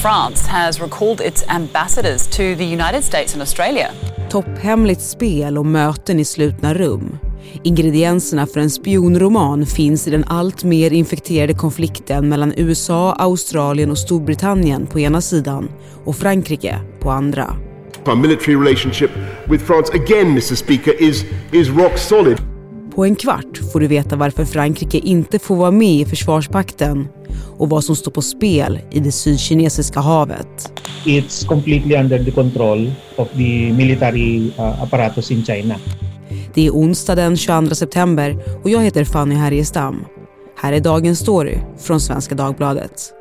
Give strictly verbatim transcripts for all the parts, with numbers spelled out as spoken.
France has recalled its ambassadors to the United States and Australia. Topphemligt spel och möten i slutna rum. Ingredienserna för en spionroman finns i den allt mer infekterade konflikten mellan U S A, Australien och Storbritannien på ena sidan och Frankrike på andra. Our military relationship with France again, mister Speaker, is is rock solid. På en kvart får du veta varför Frankrike inte får vara med i försvarspakten och vad som står på spel i det sydkinesiska havet. It's completely under the control of the military uh, apparatus in China. Det är onsdag den tjugoandra september och jag heter Fanny Härjestam. Här är dagens story från Svenska Dagbladet.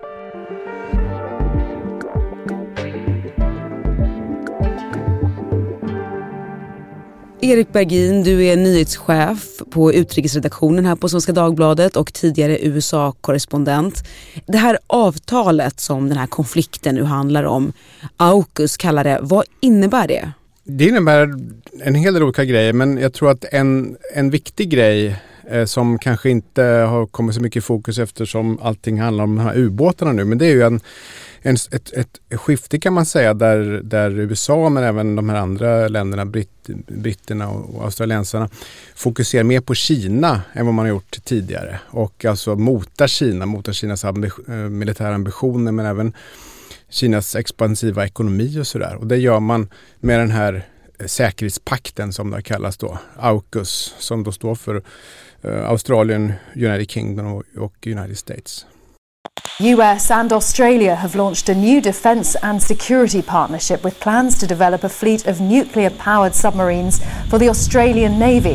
Erik Bergin, du är nyhetschef på utrikesredaktionen här på Svenska Dagbladet och tidigare U S A-korrespondent. Det här avtalet som den här konflikten nu handlar om, AUKUS kallar det, vad innebär det? Det innebär en hel del olika grejer, men jag tror att en, en viktig grej eh, som kanske inte har kommit så mycket i fokus eftersom allting handlar om de här ubåtarna nu, men det är ju en, en, ett, ett skifte kan man säga där, där U S A men även de här andra länderna, Britt, britterna och, och australiensarna fokuserar mer på Kina än vad man har gjort tidigare och alltså motar Kina, motar Kinas ambi- militära ambitioner men även Kinas expansiva ekonomi och sådär. Och det gör man med den här säkerhetspakten som det kallas då, AUKUS, som då står för uh, Australien, United Kingdom och, och United States. U S and Australia have launched a new defence and security partnership with plans to develop a fleet of nuclear-powered submarines for the Australian Navy.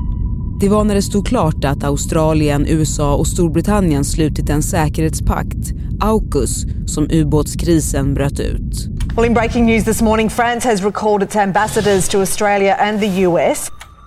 Det var när det stod klart att Australien, U S A och Storbritannien slutit en säkerhetspakt, AUKUS, som ubåtskrisen bröt ut. Well, in breaking news this morning, France has recalled its ambassadors to Australia and the U S.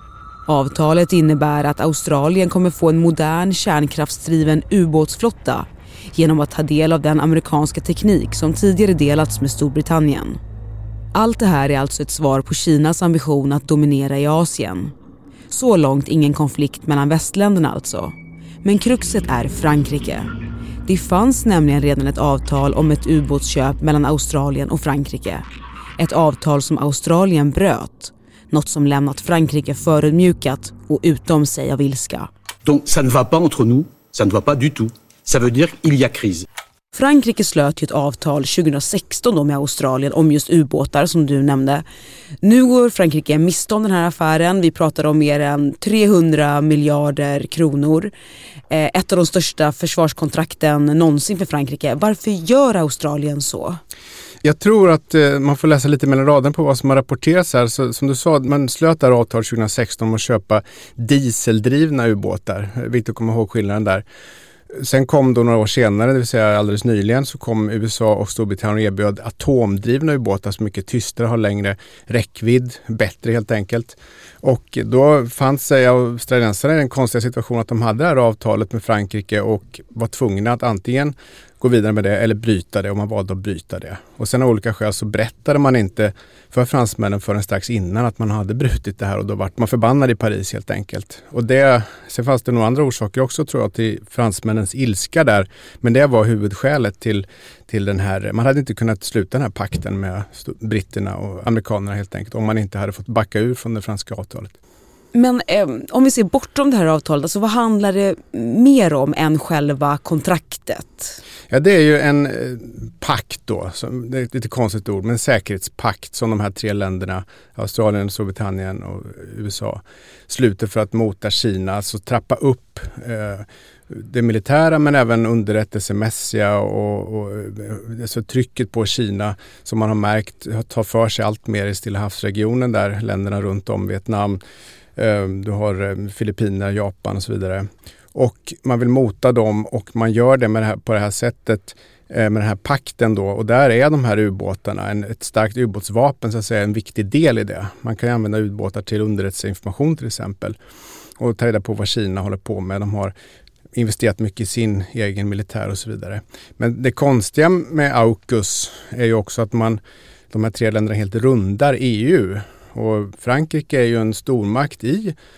Avtalet innebär att Australien kommer få en modern kärnkraftsdriven ubåtsflotta genom att ta del av den amerikanska teknik som tidigare delats med Storbritannien. Allt det här är alltså ett svar på Kinas ambition att dominera i Asien. Så långt ingen konflikt mellan västländerna alltså. Men kruxet är Frankrike. Det fanns nämligen redan ett avtal om ett ubåtsköp mellan Australien och Frankrike. Ett avtal som Australien bröt. Något som lämnat Frankrike förödmjukat och utom sig av ilska. Donc ça ne va pas entre nous, ça ne va pas du tout. Ça veut dire qu'il y a crise. Frankrike slöt ju ett avtal tjugohundrasexton då med Australien om just ubåtar som du nämnde. Nu går Frankrike miste om den här affären. Vi pratar om mer än trehundra miljarder kronor. Ett av de största försvarskontrakten någonsin för Frankrike. Varför gör Australien så? Jag tror att eh, man får läsa lite mellan raden på vad som har rapporterats här. Så, som du sa, man slöt där avtal tjugohundrasexton om att köpa dieseldrivna ubåtar. Viktigt att komma ihåg skillnaden där. Sen kom då några år senare, det vill säga alldeles nyligen, så kom U S A och Storbritannien och erbjöd atomdrivna ubåtar som mycket tystare, har längre räckvidd, bättre helt enkelt. Och då fanns sig australiensarna i den konstiga situationen att de hade det här avtalet med Frankrike och var tvungna att antingen gå vidare med det eller bryta det, och man valde att bryta det. Och sen av olika skäl så berättade man inte för fransmännen förrän strax innan att man hade brutit det här, och då var man förbannad i Paris helt enkelt. Och det, sen fanns det några andra orsaker också tror jag till fransmännens ilska där, men det var huvudskälet till, till den här, man hade inte kunnat sluta den här pakten med britterna och amerikanerna helt enkelt om man inte hade fått backa ur från det franska avtalet. Men eh, om vi ser bortom det här avtalet, alltså vad handlar det mer om än själva kontraktet? Ja, det är ju en eh, pakt då, som, det är ett lite konstigt ord, men en säkerhetspakt som de här tre länderna, Australien, Storbritannien och U S A, sluter för att mota Kina, alltså trappa upp eh, det militära men även underrättelsemässiga och, och alltså trycket på Kina som man har märkt tar för sig allt mer i Stilla havsregionen där länderna runt om, Vietnam, du har Filippinerna, Japan och så vidare. Och man vill mota dem och man gör det, med det här, på det här sättet med den här pakten då. Och där är de här ubåtarna, en, ett starkt ubåtsvapen så att säga, en viktig del i det. Man kan använda ubåtar till underrättelseinformation till exempel och ta reda på vad Kina håller på med. De har investerat mycket i sin egen militär och så vidare. Men det konstiga med AUKUS är ju också att man, de här tre länderna helt rundar E U. Och Frankrike är ju en stormakt i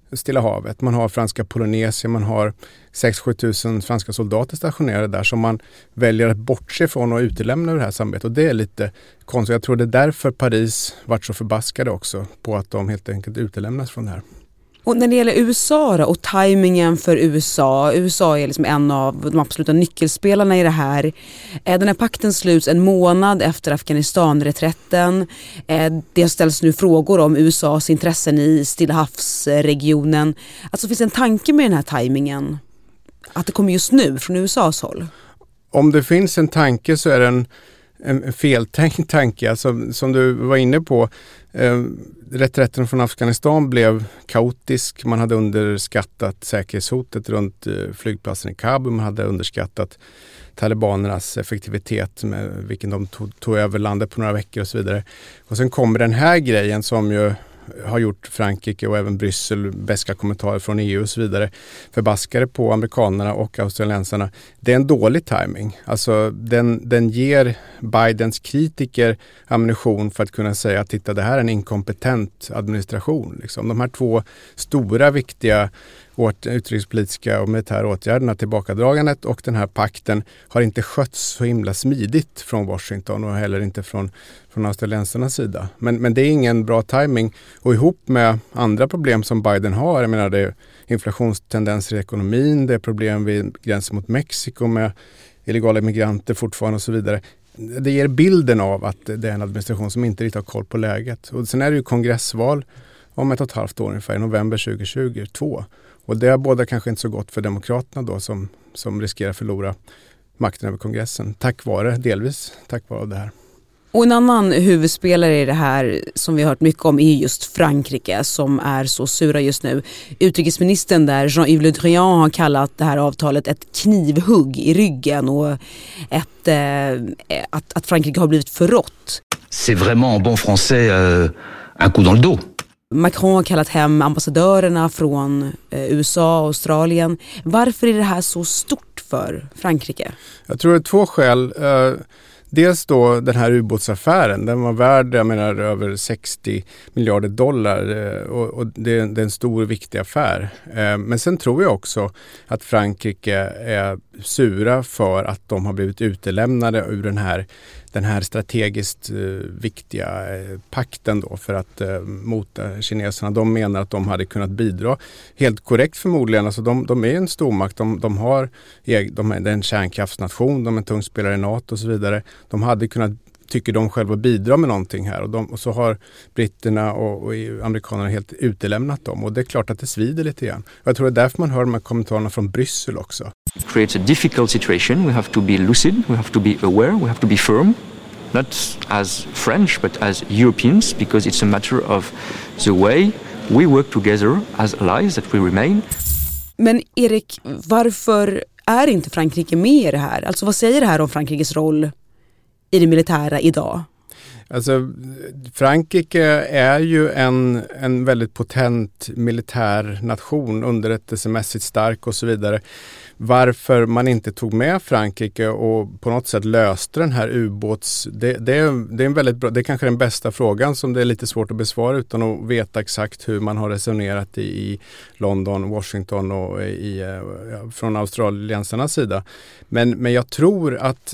Stilla havet. Man har franska Polynesien, man har sex till sju tusen franska soldater stationerade där som man väljer att bortse från och utelämna ur det här samarbetet. Och det är lite konstigt. Jag tror det är därför Paris varit så förbaskade också på att de helt enkelt utelämnas från det här. Och när det gäller U S A då, och tajmingen för U S A. U S A är liksom en av de absoluta nyckelspelarna i det här. Den här pakten sluts en månad efter Afghanistan-reträtten. Det ställs nu frågor om U S A:s intressen i Stilla havsregionen. Alltså finns det en tanke med den här tajmingen? Att det kommer just nu från U S A:s håll? Om det finns en tanke så är det en en feltänkt tanke. Alltså, som du var inne på, eh, reträtten från Afghanistan blev kaotisk. Man hade underskattat säkerhetshotet runt eh, flygplatsen i Kabul. Man hade underskattat talibanernas effektivitet med vilken de tog, tog över landet på några veckor och så vidare. Och sen kommer den här grejen som ju har gjort Frankrike och även Bryssel, beska kommentarer från E U och så vidare, förbaskade på amerikanerna och australiensarna. Det är en dålig timing. Alltså den, den ger Bidens kritiker ammunition för att kunna säga att titta, det här är en inkompetent administration. Liksom. De här två stora viktiga åt, utrikespolitiska och militära åtgärderna, tillbakadragandet och den här pakten, har inte skötts så himla smidigt från Washington och heller inte från, från australiensarnas sida. Men, men det är ingen bra timing. Och ihop med andra problem som Biden har, jag menar det är inflationstendenser i ekonomin, det är problem vid gränsen mot Mexiko med illegala migranter fortfarande och så vidare. Det ger bilden av att det är en administration som inte riktigt har koll på läget. Och sen är det ju kongressval om ett och ett halvt år ungefär, i november tjugo tjugotvå. Och det är båda kanske inte så gott för demokraterna då som, som riskerar förlora makten över kongressen. Tack vare, delvis tack vare det här. Och en annan huvudspelare i det här som vi har hört mycket om är just Frankrike som är så sura just nu. Utrikesministern där, Jean-Yves Le Drian, har kallat det här avtalet ett knivhugg i ryggen och ett, eh, att, att Frankrike har blivit förrått. C'est vraiment en bon français euh, un coup dans le dos. Macron har kallat hem ambassadörerna från eh, U S A och Australien. Varför är det här så stort för Frankrike? Jag tror det är två skäl. Uh, dels då den här ubåtsaffären. Den var värd, jag menar, över sextio miljarder dollar uh, och, och det, det är en stor viktig affär. Uh, men sen tror jag också att Frankrike är sura för att de har blivit utelämnade ur den här den här strategiskt eh, viktiga eh, pakten då för att eh, mota kineserna. De menar att de hade kunnat bidra. Helt korrekt förmodligen. Alltså de, de är en stormakt. De, de har de är en kärnkraftsnation. De är en tung spelare i NATO och så vidare. De hade kunnat, tycker de själva, bidra med någonting här. Och, de, och så har britterna och, och amerikanerna helt utelämnat dem. Och det är klart att det svider lite grann. Och jag tror det är därför man hör de här kommentarerna från Bryssel också. It creates a difficult situation. We have to be lucid, we have to be aware, we have to be firm. Not as French, but as Europeans, because it's a matter of the way we work together as allies that we remain. Men Erik, varför är inte Frankrike med i det här? Alltså vad säger det här om Frankrikes roll i det militära idag? Alltså Frankrike är ju en, en väldigt potent militär nation, underrättelsemässigt stark och så vidare. Varför man inte tog med Frankrike och på något sätt löste den här ubåts... Det, det, är, det är en väldigt bra, det är kanske den bästa frågan som det är lite svårt att besvara utan att veta exakt hur man har resonerat i, i London, Washington och i, ja, från australiensarnas sida. Men, men jag tror att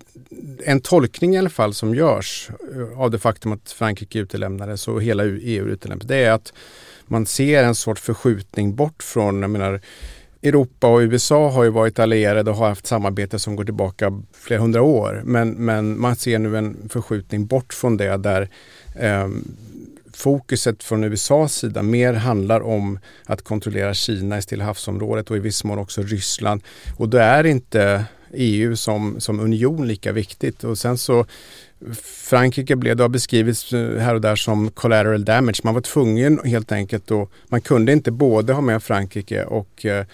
en tolkning i alla fall som görs av det faktum att Frankrike utelämnades och hela E U utelämnades, det är att man ser en sorts förskjutning bort från, jag menar, Europa och U S A har ju varit allierade och har haft samarbete som går tillbaka flera hundra år. Men, men man ser nu en förskjutning bort från det där eh, fokuset från U S A:s sida mer handlar om att kontrollera Kina i Stilla havsområdet och i viss mån också Ryssland. Och då är inte E U som, som union lika viktigt. Och sen så Frankrike blev, det har beskrivits här och där som collateral damage. Man var tvungen helt enkelt och man kunde inte både ha med Frankrike och eh,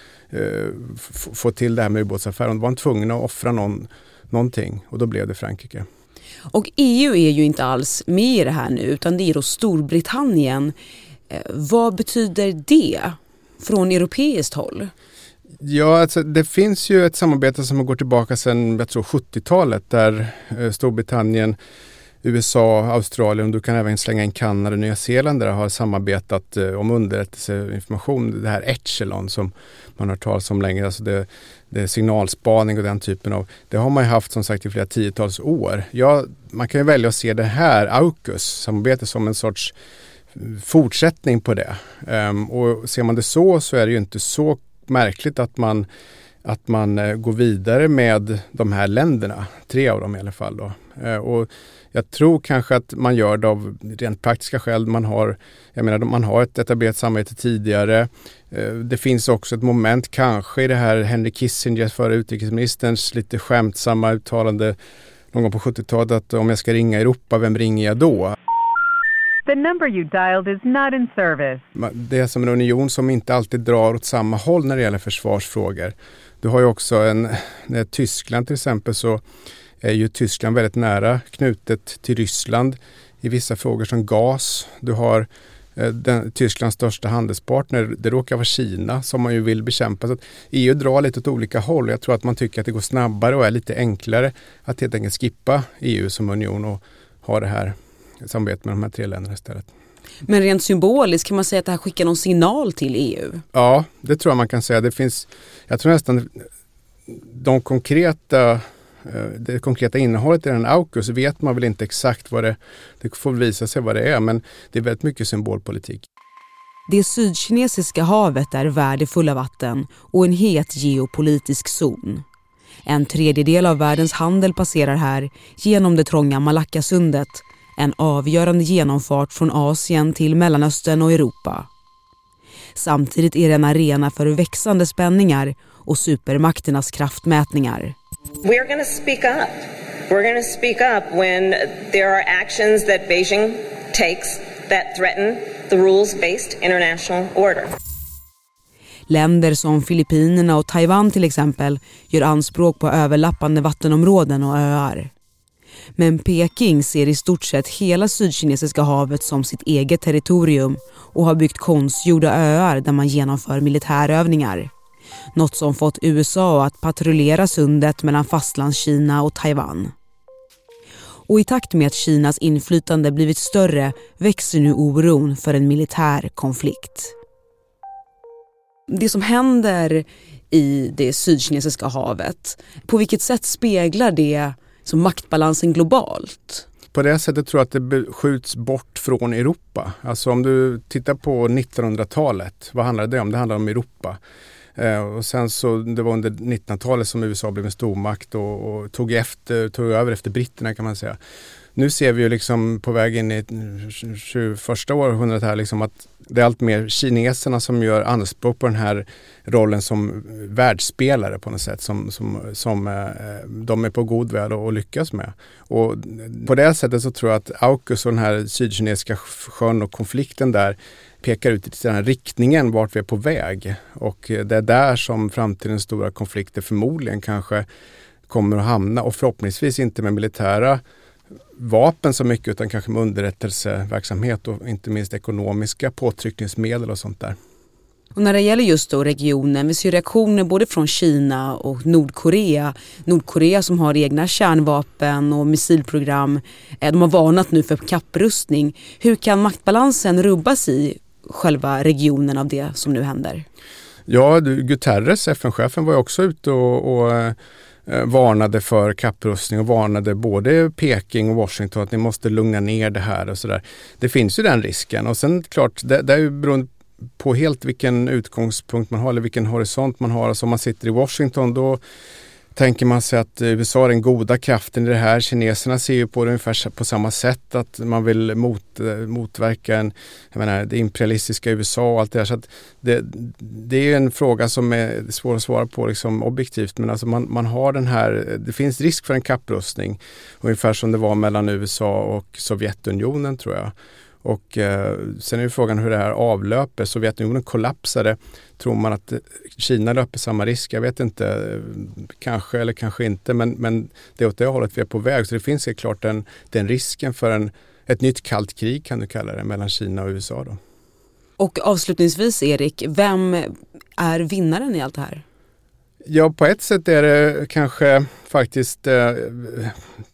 f- få till det här med ubåtsaffären. Man var tvungen att offra någon, någonting och då blev det Frankrike. Och E U är ju inte alls med i det här nu utan det är då Storbritannien. Eh, vad betyder det från europeiskt håll? Ja, alltså det finns ju ett samarbete som går tillbaka sedan, jag tror, sjuttiotalet där eh, Storbritannien U S A, Australien, du kan även slänga in Kanada och Nya Zeeland där har samarbetat eh, om underrättelseinformation. Det här Echelon som man har talat om länge, alltså det, det är signalspaning och den typen av, det har man ju haft som sagt i flera tiotals år. Ja, man kan ju välja att se det här AUKUS-samarbetet som en sorts fortsättning på det. Um, och ser man det så så är det ju inte så märkligt att man att man uh, går vidare med de här länderna, tre av dem i alla fall då. Uh, och jag tror kanske att man gör det av rent praktiska skäl. Man har, jag menar, man har ett etablerat samarbete tidigare. Uh, det finns också ett moment kanske i det här Henry Kissinger, förre utrikesministerns lite skämtsamma uttalande någon gång på sjuttiotalet att om jag ska ringa Europa, vem ringer jag då? The number you dialed is not in service. Det är som en union som inte alltid drar åt samma håll när det gäller försvarsfrågor. Du har ju också en, när Tyskland till exempel så är ju Tyskland väldigt nära knutet till Ryssland i vissa frågor som gas. Du har eh, den, Tysklands största handelspartner, det råkar vara Kina som man ju vill bekämpa. Så att E U drar lite åt olika håll. Jag tror att man tycker att det går snabbare och är lite enklare att helt enkelt skippa E U som union och ha det här samarbetet med de här tre länderna istället. Men rent symboliskt kan man säga att det här skickar någon signal till E U? Ja, det tror jag man kan säga. Det finns, jag tror nästan de konkreta, det konkreta innehållet i den AUKUS vet man väl inte exakt vad det, det får visa sig vad det är, men det är väldigt mycket symbolpolitik. Det sydkinesiska havet är värdefulla vatten och en het geopolitisk zon. En tredjedel av världens handel passerar här genom det trånga Malackasundet, en avgörande genomfart från Asien till Mellanöstern och Europa. Samtidigt är det en arena för växande spänningar och supermakternas kraftmätningar. We're going to speak up. We're going to speak up when there are actions that Beijing takes that threaten the rules-based international order. Länder som Filippinerna och Taiwan till exempel gör anspråk på överlappande vattenområden och öar. Men Peking ser i stort sett hela Sydkinesiska havet som sitt eget territorium och har byggt konstgjorda öar där man genomför militärövningar. Något som fått U S A att patrullera sundet mellan fastlandskina och Taiwan. Och i takt med att Kinas inflytande blivit större växer nu oron för en militär konflikt. Det som händer i det Sydkinesiska havet, på vilket sätt speglar det som maktbalansen globalt? På det sättet tror jag att det skjuts bort från Europa. Alltså om du tittar på nittonhundratalet, vad handlar det om? Det handlar om Europa. Eh, och sen så, det var under nittonhundratalet som U S A blev en stormakt och, och tog, efter, tog över efter britterna kan man säga. Nu ser vi ju liksom på väg in i tjugoförsta århundradet här liksom att det är allt mer kineserna som gör anspråk på den här rollen som världsspelare på något sätt som, som, som eh, de är på god väg att lyckas med. Och på det sättet så tror jag att AUKUS och den här sydkinesiska sjön och konflikten där pekar ut i den här riktningen vart vi är på väg. Och det är där som framtidens stora konflikter förmodligen kanske kommer att hamna och förhoppningsvis inte med militära vapen så mycket utan kanske med underrättelseverksamhet och inte minst ekonomiska påtryckningsmedel och sånt där. Och när det gäller just då regionen, vi ser reaktioner både från Kina och Nordkorea. Nordkorea som har egna kärnvapen och missilprogram, de har varnat nu för kapprustning. Hur kan maktbalansen rubbas i själva regionen av det som nu händer? Ja, Guterres, F N-chefen, var ju också ute och, och varnade för kapprustning och varnade både Peking och Washington att ni måste lugna ner det här och sådär. Det finns ju den risken och sen klart, det, det är ju beroende på helt vilken utgångspunkt man har eller vilken horisont man har. Alltså om man sitter i Washington då tänker man sig att U S A är den goda kraften i det här. Kineserna ser ju på det ungefär på samma sätt att man vill mot, motverka en, jag menar, det imperialistiska U S A och allt det där. Så att det, det är en fråga som är svår att svara på liksom objektivt, men alltså man, man har den här, det finns risk för en kapprustning ungefär som det var mellan U S A och Sovjetunionen tror jag. Och eh, sen är ju frågan hur det här avlöper. Sovjetunionen kollapsade. Tror man att Kina löper samma risk? Jag vet inte. Kanske eller kanske inte. Men, men det är åt det hållet vi är på väg. Så det finns ju klart den, den risken för en, ett nytt kallt krig kan du kalla det mellan Kina och U S A då. Och avslutningsvis Erik, vem är vinnaren i allt det här? Ja, på ett sätt är det kanske faktiskt eh,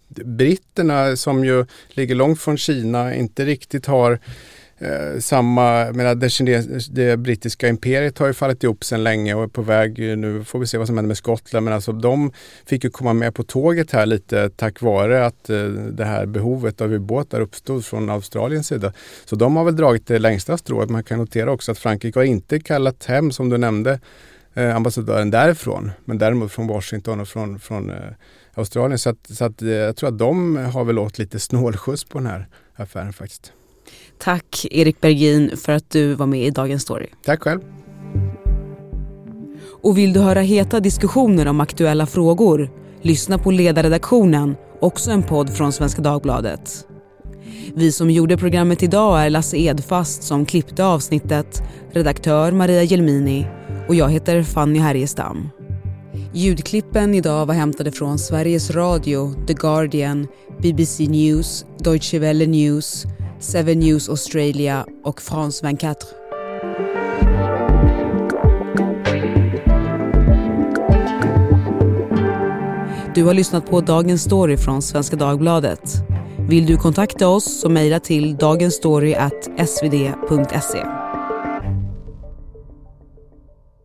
britterna som ju ligger långt från Kina inte riktigt har Eh, samma, men det, kines, det brittiska imperiet har ju fallit ihop sedan länge och är på väg, nu får vi se vad som händer med Skottland, men alltså de fick ju komma med på tåget här lite tack vare att eh, det här behovet av ubåtar uppstod från Australiens sida. Så de har väl dragit det längsta strået. Man kan notera också att Frankrike har inte kallat hem, som du nämnde, eh, ambassadören därifrån, men däremot från Washington och från, från eh, Australien. Så, att, så att, eh, jag tror att de har väl åt lite snålskjuts på den här affären faktiskt. Tack Erik Bergin för att du var med i Dagens Story. Tack själv. Och vill du höra heta diskussioner om aktuella frågor? Lyssna på Ledarredaktionen, också en podd från Svenska Dagbladet. Vi som gjorde programmet idag är Lasse Edfast som klippte avsnittet, redaktör Maria Gelmini och jag heter Fanny Härjestam. Ljudklippen idag var hämtade från Sveriges Radio, The Guardian, B B C News, Deutsche Welle News, Seven News Australia och France tjugofyra. Du har lyssnat på Dagens Story från Svenska Dagbladet. Vill du kontakta oss så mejla till dagensstory at svd punkt se.